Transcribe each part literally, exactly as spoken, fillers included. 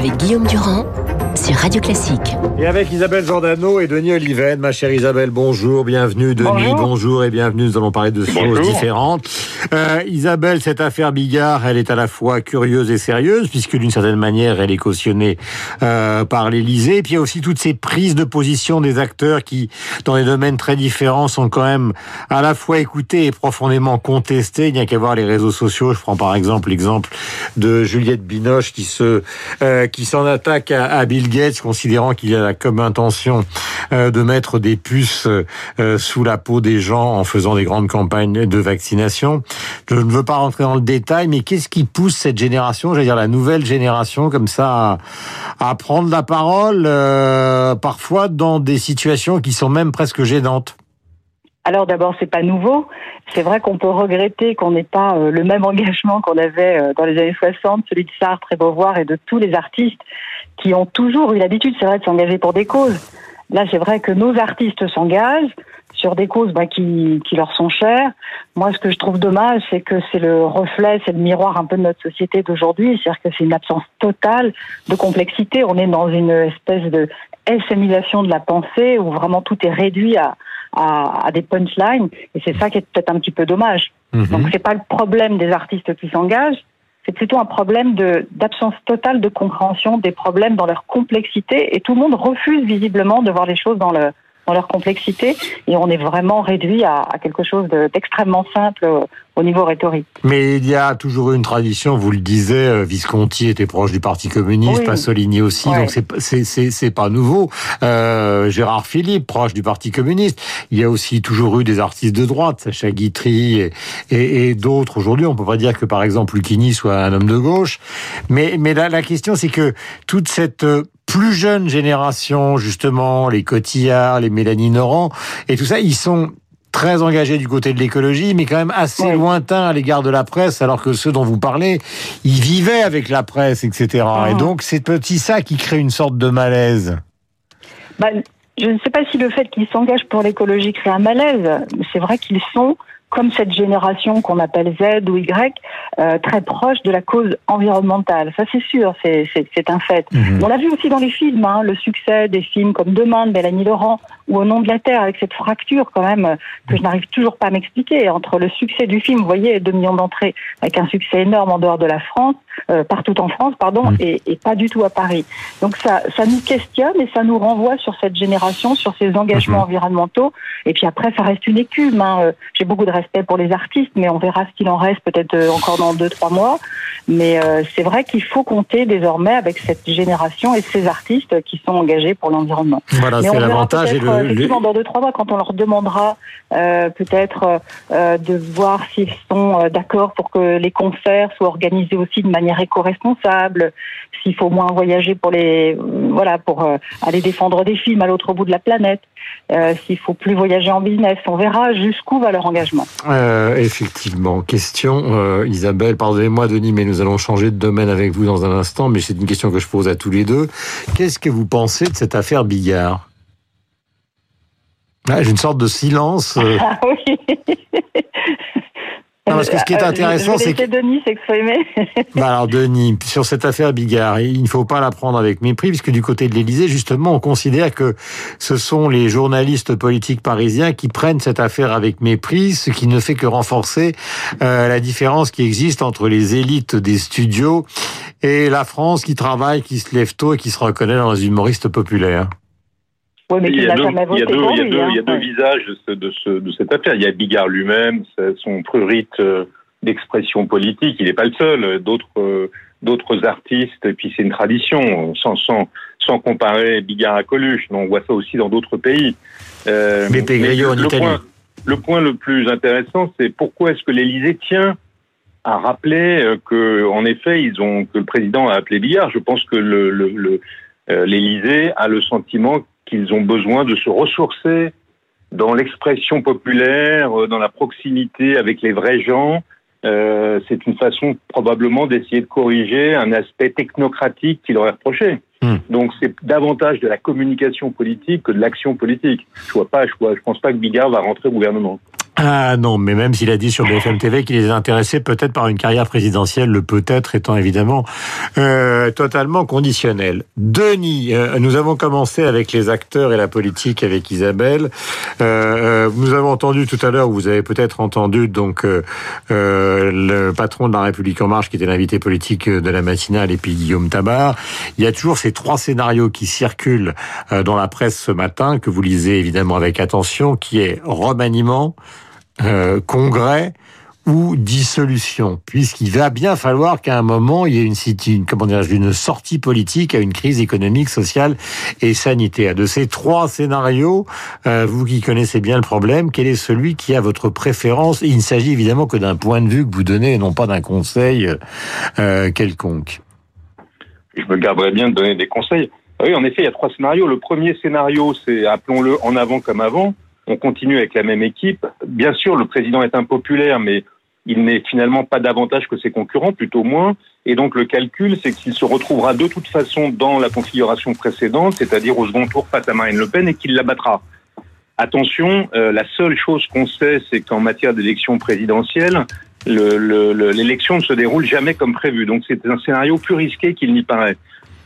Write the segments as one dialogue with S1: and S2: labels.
S1: avec Guillaume Durand sur Radio Classique.
S2: Et avec Isabelle Giordano et Denis Oliven. Ma chère Isabelle, bonjour, bienvenue. Denis, bonjour, bonjour et bienvenue. Nous allons parler de choses bonjour. différentes. Euh, Isabelle, cette affaire Bigard, elle est à la fois curieuse et sérieuse, puisque d'une certaine manière, elle est cautionnée euh, par l'Élysée. Et puis il y a aussi toutes ces prises de position des acteurs qui, dans des domaines très différents, sont quand même à la fois écoutés et profondément contestés. Il n'y a qu'à voir les réseaux sociaux. Je prends par exemple l'exemple de Juliette Binoche qui se euh, qui s'en attaque à, à Bill Gates, considérant qu'il a comme intention euh, de mettre des puces euh, sous la peau des gens en faisant des grandes campagnes de vaccination. Je ne veux pas rentrer dans le détail, mais qu'est-ce qui pousse cette génération, j'allais dire la nouvelle génération, comme ça, à, à prendre la parole, euh, parfois dans des situations qui sont même presque gênantes?
S3: Alors d'abord, c'est pas nouveau. C'est vrai qu'on peut regretter qu'on n'ait pas euh, le même engagement qu'on avait euh, dans les années soixante, celui de Sartre et Beauvoir et de tous les artistes qui ont toujours eu l'habitude, c'est vrai, de s'engager pour des causes. Là, c'est vrai que nos artistes s'engagent sur des causes bah, qui, qui leur sont chères. Moi, ce que je trouve dommage, c'est que c'est le reflet, c'est le miroir un peu de notre société d'aujourd'hui. C'est-à-dire que c'est une absence totale de complexité. On est dans une espèce de S M isation de la pensée où vraiment tout est réduit à À, à des punchlines, et c'est ça qui est peut-être un petit peu dommage. Mmh. Donc c'est pas le problème des artistes qui s'engagent, c'est plutôt un problème de d'absence totale de compréhension des problèmes dans leur complexité, et tout le monde refuse visiblement de voir les choses dans le dans leur complexité, et on est vraiment réduit à, à quelque chose de, d'extrêmement simple au, au niveau rhétorique.
S2: Mais il y a toujours eu une tradition, vous le disiez, Visconti était proche du Parti communiste, oui. Pasolini aussi, ouais. donc c'est, c'est, c'est, c'est pas nouveau. Euh, Gérard Philippe, proche du Parti communiste. Il y a aussi toujours eu des artistes de droite, Sacha Guitry et, et, et d'autres. Aujourd'hui, on peut pas dire que, par exemple, Lucchini soit un homme de gauche. Mais, mais la, la question, c'est que toute cette plus jeune génération, justement, les Cotillard, les Mélanie Laurent, et tout ça, ils sont très engagés du côté de l'écologie, mais quand même assez ouais. lointains à l'égard de la presse, alors que ceux dont vous parlez, ils vivaient avec la presse, et cetera. Mmh. Et donc, c'est petit ça qui crée une sorte de malaise.
S3: Bah, je ne sais pas si le fait qu'ils s'engagent pour l'écologie crée un malaise. C'est vrai qu'ils sont, comme cette génération qu'on appelle Z ou Y, euh, très proche de la cause environnementale. Ça, c'est sûr, c'est, c'est, c'est un fait. Mmh. On l'a vu aussi dans les films, hein, le succès des films comme Demain de Mélanie Laurent ou Au nom de la Terre, avec cette fracture quand même que je n'arrive toujours pas à m'expliquer entre le succès du film, vous voyez, deux millions d'entrées, avec un succès énorme en dehors de la France, euh, partout en France, pardon, mmh. et, et pas du tout à Paris. Donc ça, ça nous questionne et ça nous renvoie sur cette génération, sur ces engagements mmh. environnementaux. Et puis après, ça reste une écume. Hein. J'ai beaucoup de respect pour les artistes, mais on verra ce qu'il en reste peut-être encore dans deux, trois mois. Mais euh, c'est vrai qu'il faut compter désormais avec cette génération et ces artistes qui sont engagés pour l'environnement.
S2: Voilà,
S3: mais
S2: c'est l'avantage. Et le,
S3: effectivement, dans deux, trois mois, quand on leur demandera euh, peut-être euh, de voir s'ils sont euh, d'accord pour que les concerts soient organisés aussi de manière éco-responsable, s'il faut moins voyager pour les, euh, voilà, pour euh, aller défendre des films à l'autre bout de la planète, euh, s'il faut plus voyager en business, on verra jusqu'où va leur engagement.
S2: Euh, effectivement. Question, euh, Isabelle, pardonnez-moi Denis, mais nous allons changer de domaine avec vous dans un instant, mais c'est une question que je pose à tous les deux. Qu'est-ce que vous pensez de cette affaire Bigard ? Ah, j'ai une sorte de silence. Euh...
S3: Ah oui.
S2: Non, parce que ce qui est intéressant,
S3: je vais
S2: c'est que...
S3: Denis s'exprimer.
S2: Bah alors, Denis, sur cette affaire Bigard, il ne faut pas la prendre avec mépris, puisque du côté de l'Élysée, justement, on considère que ce sont les journalistes politiques parisiens qui prennent cette affaire avec mépris, ce qui ne fait que renforcer euh, la différence qui existe entre les élites des studios et la France qui travaille, qui se lève tôt et qui se reconnaît dans les humoristes populaires.
S3: Oui, mais il,
S4: il, y a deux,
S3: jamais
S4: il, y a deux,
S3: il,
S4: y a deux,
S3: hein.
S4: il y a deux visages de, ce, de, ce, de cette affaire. Il y a Bigard lui-même, son prurite d'expression politique. Il n'est pas le seul. D'autres, d'autres artistes, et puis c'est une tradition, sans, sans, sans comparer Bigard à Coluche. On voit ça aussi dans d'autres pays.
S2: Euh, mais Pégriot en
S4: le
S2: Italie.
S4: Point, le point le plus intéressant, c'est pourquoi est-ce que l'Élysée tient à rappeler que, en effet, ils ont que le président a appelé Bigard. Je pense que le, le, le, euh, l'Élysée a le sentiment qu'ils ont besoin de se ressourcer dans l'expression populaire, dans la proximité avec les vrais gens. Euh, c'est une façon probablement d'essayer de corriger un aspect technocratique qu'il aurait reproché. Mmh. Donc c'est davantage de la communication politique que de l'action politique. Je vois pas, je, vois, je pense pas que Bigard va rentrer au gouvernement.
S2: Ah non, mais même s'il a dit sur B F M T V qu'il les intéressait peut-être par une carrière présidentielle, le peut-être étant évidemment euh, totalement conditionnel. Denis, euh, nous avons commencé avec les acteurs et la politique avec Isabelle. Euh, nous avons entendu tout à l'heure, vous avez peut-être entendu donc euh, euh, le patron de La République En Marche qui était l'invité politique de la matinale et puis Guillaume Tabar. Il y a toujours ces trois scénarios qui circulent euh, dans la presse ce matin, que vous lisez évidemment avec attention, qui est remaniement, Euh, congrès ou dissolution, puisqu'il va bien falloir qu'à un moment il y ait une, une, comment dire, une sortie politique à une crise économique, sociale et sanitaire. De ces trois scénarios, euh, vous qui connaissez bien le problème, quel est celui qui a votre préférence? Il ne s'agit évidemment que d'un point de vue que vous donnez et non pas d'un conseil euh, quelconque.
S4: Je me garderais bien de donner des conseils. Oui, en effet, il y a trois scénarios. Le premier scénario, c'est, appelons-le en avant comme avant. On continue avec la même équipe. Bien sûr, le président est impopulaire, mais il n'est finalement pas davantage que ses concurrents, plutôt moins. Et donc, le calcul, c'est qu'il se retrouvera de toute façon dans la configuration précédente, c'est-à-dire au second tour face à Marine Le Pen, et qu'il l'abattra. Attention, euh, la seule chose qu'on sait, c'est qu'en matière d'élection présidentielle, le, le, le, l'élection ne se déroule jamais comme prévu. Donc, c'est un scénario plus risqué qu'il n'y paraît.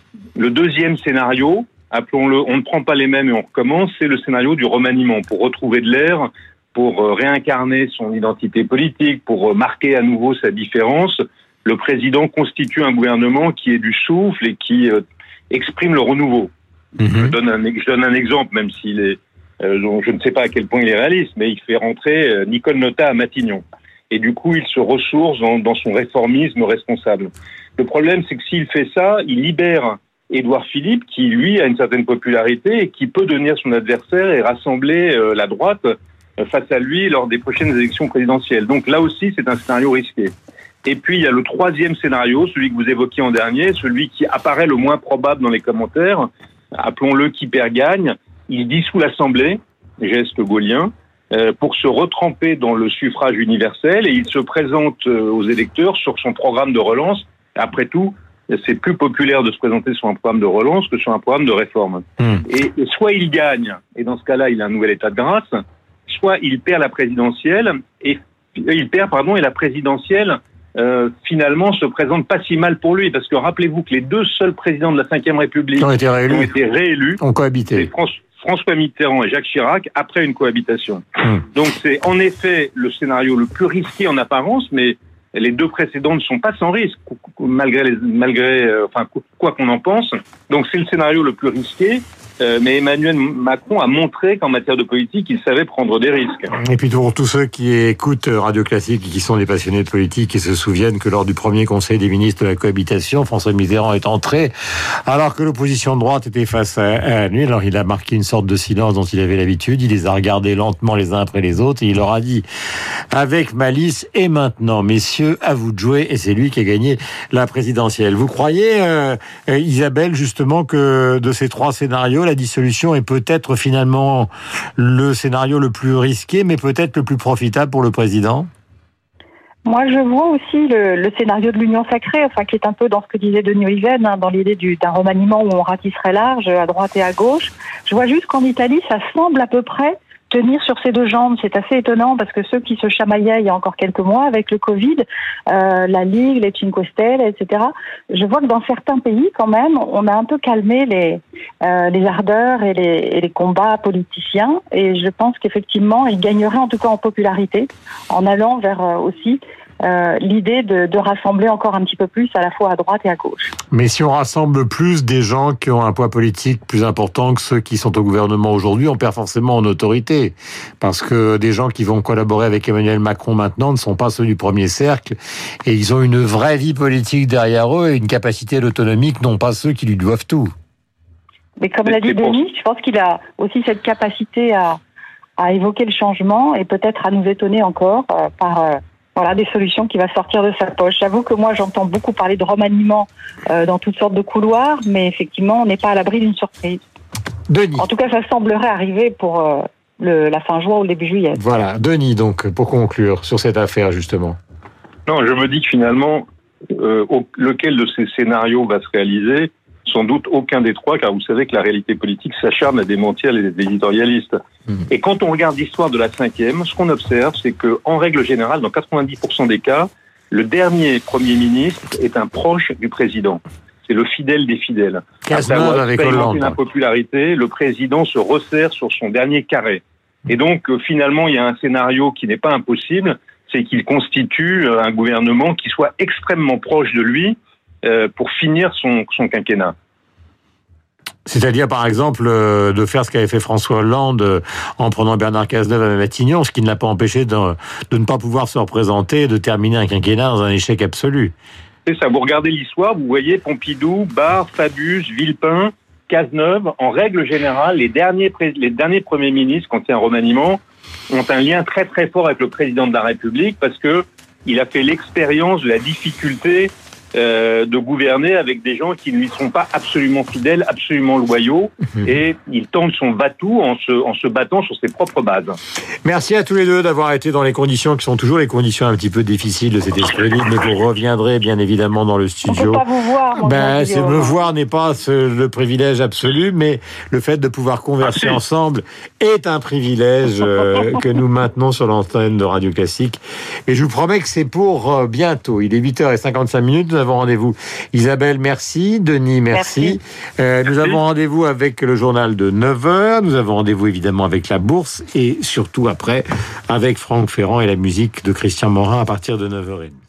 S4: Le deuxième scénario, appelons-le, on ne prend pas les mêmes et on recommence, c'est le scénario du remaniement, pour retrouver de l'air, pour réincarner son identité politique, pour marquer à nouveau sa différence. Le président constitue un gouvernement qui est du souffle et qui euh, exprime le renouveau. Mmh. Je, donne un, je donne un exemple, même s'il est, euh, je ne sais pas à quel point il est réaliste, mais il fait rentrer euh, Nicole Notat à Matignon. Et du coup, il se ressource dans, dans son réformisme responsable. Le problème, c'est que s'il fait ça, il libère Édouard Philippe, qui, lui, a une certaine popularité et qui peut devenir son adversaire et rassembler euh, la droite euh, face à lui lors des prochaines élections présidentielles. Donc là aussi, c'est un scénario risqué. Et puis, il y a le troisième scénario, celui que vous évoquiez en dernier, celui qui apparaît le moins probable dans les commentaires, appelons-le qui perd gagne. Il dissout l'Assemblée, geste gaullien, euh, pour se retremper dans le suffrage universel, et il se présente euh, aux électeurs sur son programme de relance. Après tout, c'est plus populaire de se présenter sur un programme de relance que sur un programme de réforme. Mmh. Et, et soit il gagne, et dans ce cas-là, il a un nouvel état de grâce, soit il perd la présidentielle, et il perd, pardon, et la présidentielle, euh, finalement, se présente pas si mal pour lui, parce que rappelez-vous que les deux seuls présidents de la cinquième République
S2: ont été réélus,
S4: ont été réélus,
S2: ont cohabité.
S4: C'est François, François Mitterrand et Jacques Chirac, après une cohabitation. Mmh. Donc c'est en effet le scénario le plus risqué en apparence, mais les deux précédents ne sont pas sans risque, malgré, les, malgré euh, enfin, quoi qu'on en pense. Donc c'est le scénario le plus risqué, euh, mais Emmanuel Macron a montré qu'en matière de politique, il savait prendre des risques.
S2: Et puis pour tous ceux qui écoutent Radio Classique et qui sont des passionnés de politique et se souviennent que lors du premier conseil des ministres de la cohabitation, François Mitterrand est entré alors que l'opposition de droite était face à lui. Alors il a marqué une sorte de silence dont il avait l'habitude, il les a regardés lentement les uns après les autres et il leur a dit avec malice: et maintenant messieurs, à vous de jouer, et c'est lui qui a gagné la présidentielle. Vous croyez, euh, Isabelle, justement, que de ces trois scénarios, la dissolution est peut-être finalement le scénario le plus risqué, mais peut-être le plus profitable pour le président?
S3: Moi, je vois aussi le, le scénario de l'union sacrée, enfin, qui est un peu dans ce que disait Denis Oliven, hein, dans l'idée du, d'un remaniement où on ratisserait large, à droite et à gauche. Je vois juste qu'en Italie, ça semble à peu près tenir sur ses deux jambes. C'est assez étonnant parce que ceux qui se chamaillaient il y a encore quelques mois avec le Covid, euh, la Ligue, les Cinque Stelle, et cetera, je vois que dans certains pays, quand même, on a un peu calmé les, euh, les ardeurs et les, et les combats politiciens, et je pense qu'effectivement, ils gagneraient en tout cas en popularité en allant vers euh, aussi Euh, l'idée de, de rassembler encore un petit peu plus à la fois à droite et à gauche.
S2: Mais si on rassemble plus des gens qui ont un poids politique plus important que ceux qui sont au gouvernement aujourd'hui, on perd forcément en autorité. Parce que des gens qui vont collaborer avec Emmanuel Macron maintenant ne sont pas ceux du premier cercle, et ils ont une vraie vie politique derrière eux et une capacité d'autonomie que n'ont pas ceux qui lui doivent tout.
S3: Mais comme l'a dit Denis, je pense qu'il a aussi cette capacité à, à évoquer le changement et peut-être à nous étonner encore euh, par... Euh, Voilà, des solutions qui va sortir de sa poche. J'avoue que moi, j'entends beaucoup parler de remaniement euh, dans toutes sortes de couloirs, mais effectivement, on n'est pas à l'abri d'une surprise.
S2: Denis.
S3: En tout cas, ça semblerait arriver pour euh, le, la fin juin ou le début juillet.
S2: Voilà, Denis, donc, pour conclure sur cette affaire, justement.
S4: Non, je me dis que finalement, euh, au, lequel de ces scénarios va se réaliser, sans doute aucun des trois, car vous savez que la réalité politique s'acharne à démentir les éditorialistes. Mmh. Et quand on regarde l'histoire de la cinquième, ce qu'on observe, c'est que, en règle générale, dans quatre-vingt-dix pour cent des cas, le dernier Premier ministre est un proche du président. C'est le fidèle des fidèles.
S2: Cazeneuve avec Hollande.
S4: Une impopularité, le président se resserre sur son dernier carré. Et donc, euh, finalement, il y a un scénario qui n'est pas impossible, c'est qu'il constitue un gouvernement qui soit extrêmement proche de lui euh, pour finir son, son quinquennat.
S2: C'est-à-dire, par exemple, euh, de faire ce qu'avait fait François Hollande euh, en prenant Bernard Cazeneuve à Matignon, ce qui ne l'a pas empêché de, de ne pas pouvoir se représenter et de terminer un quinquennat dans un échec absolu.
S4: C'est ça, vous regardez l'histoire, vous voyez Pompidou, Barre, Fabius, Villepin, Cazeneuve, en règle générale, les derniers, pré- les derniers premiers ministres, quand il y a un remaniement, ont un lien très très fort avec le président de la République parce que il a fait l'expérience de la difficulté euh, de gouverner avec des gens qui ne lui sont pas absolument fidèles, absolument loyaux, mmh. et il tente son va-tout en se, en se battant sur ses propres bases.
S2: Merci à tous les deux d'avoir été dans les conditions qui sont toujours les conditions un petit peu difficiles de cet esprit libre, mais vous reviendrez bien évidemment dans le studio.
S3: On peut pas vous voir.
S2: Ben, c'est me voir n'est pas ce, le privilège absolu, mais le fait de pouvoir converser ah, si. ensemble est un privilège euh, que nous maintenons sur l'antenne de Radio Classique. Et je vous promets que c'est pour euh, bientôt. Il est huit heures cinquante-cinq minutes. Nous avons rendez-vous. Isabelle, merci. Denis, merci. merci. Euh, nous avons rendez-vous avec le journal de neuf heures. Nous avons rendez-vous évidemment avec la bourse et surtout après avec Franck Ferrand et la musique de Christian Morin à partir de neuf heures trente.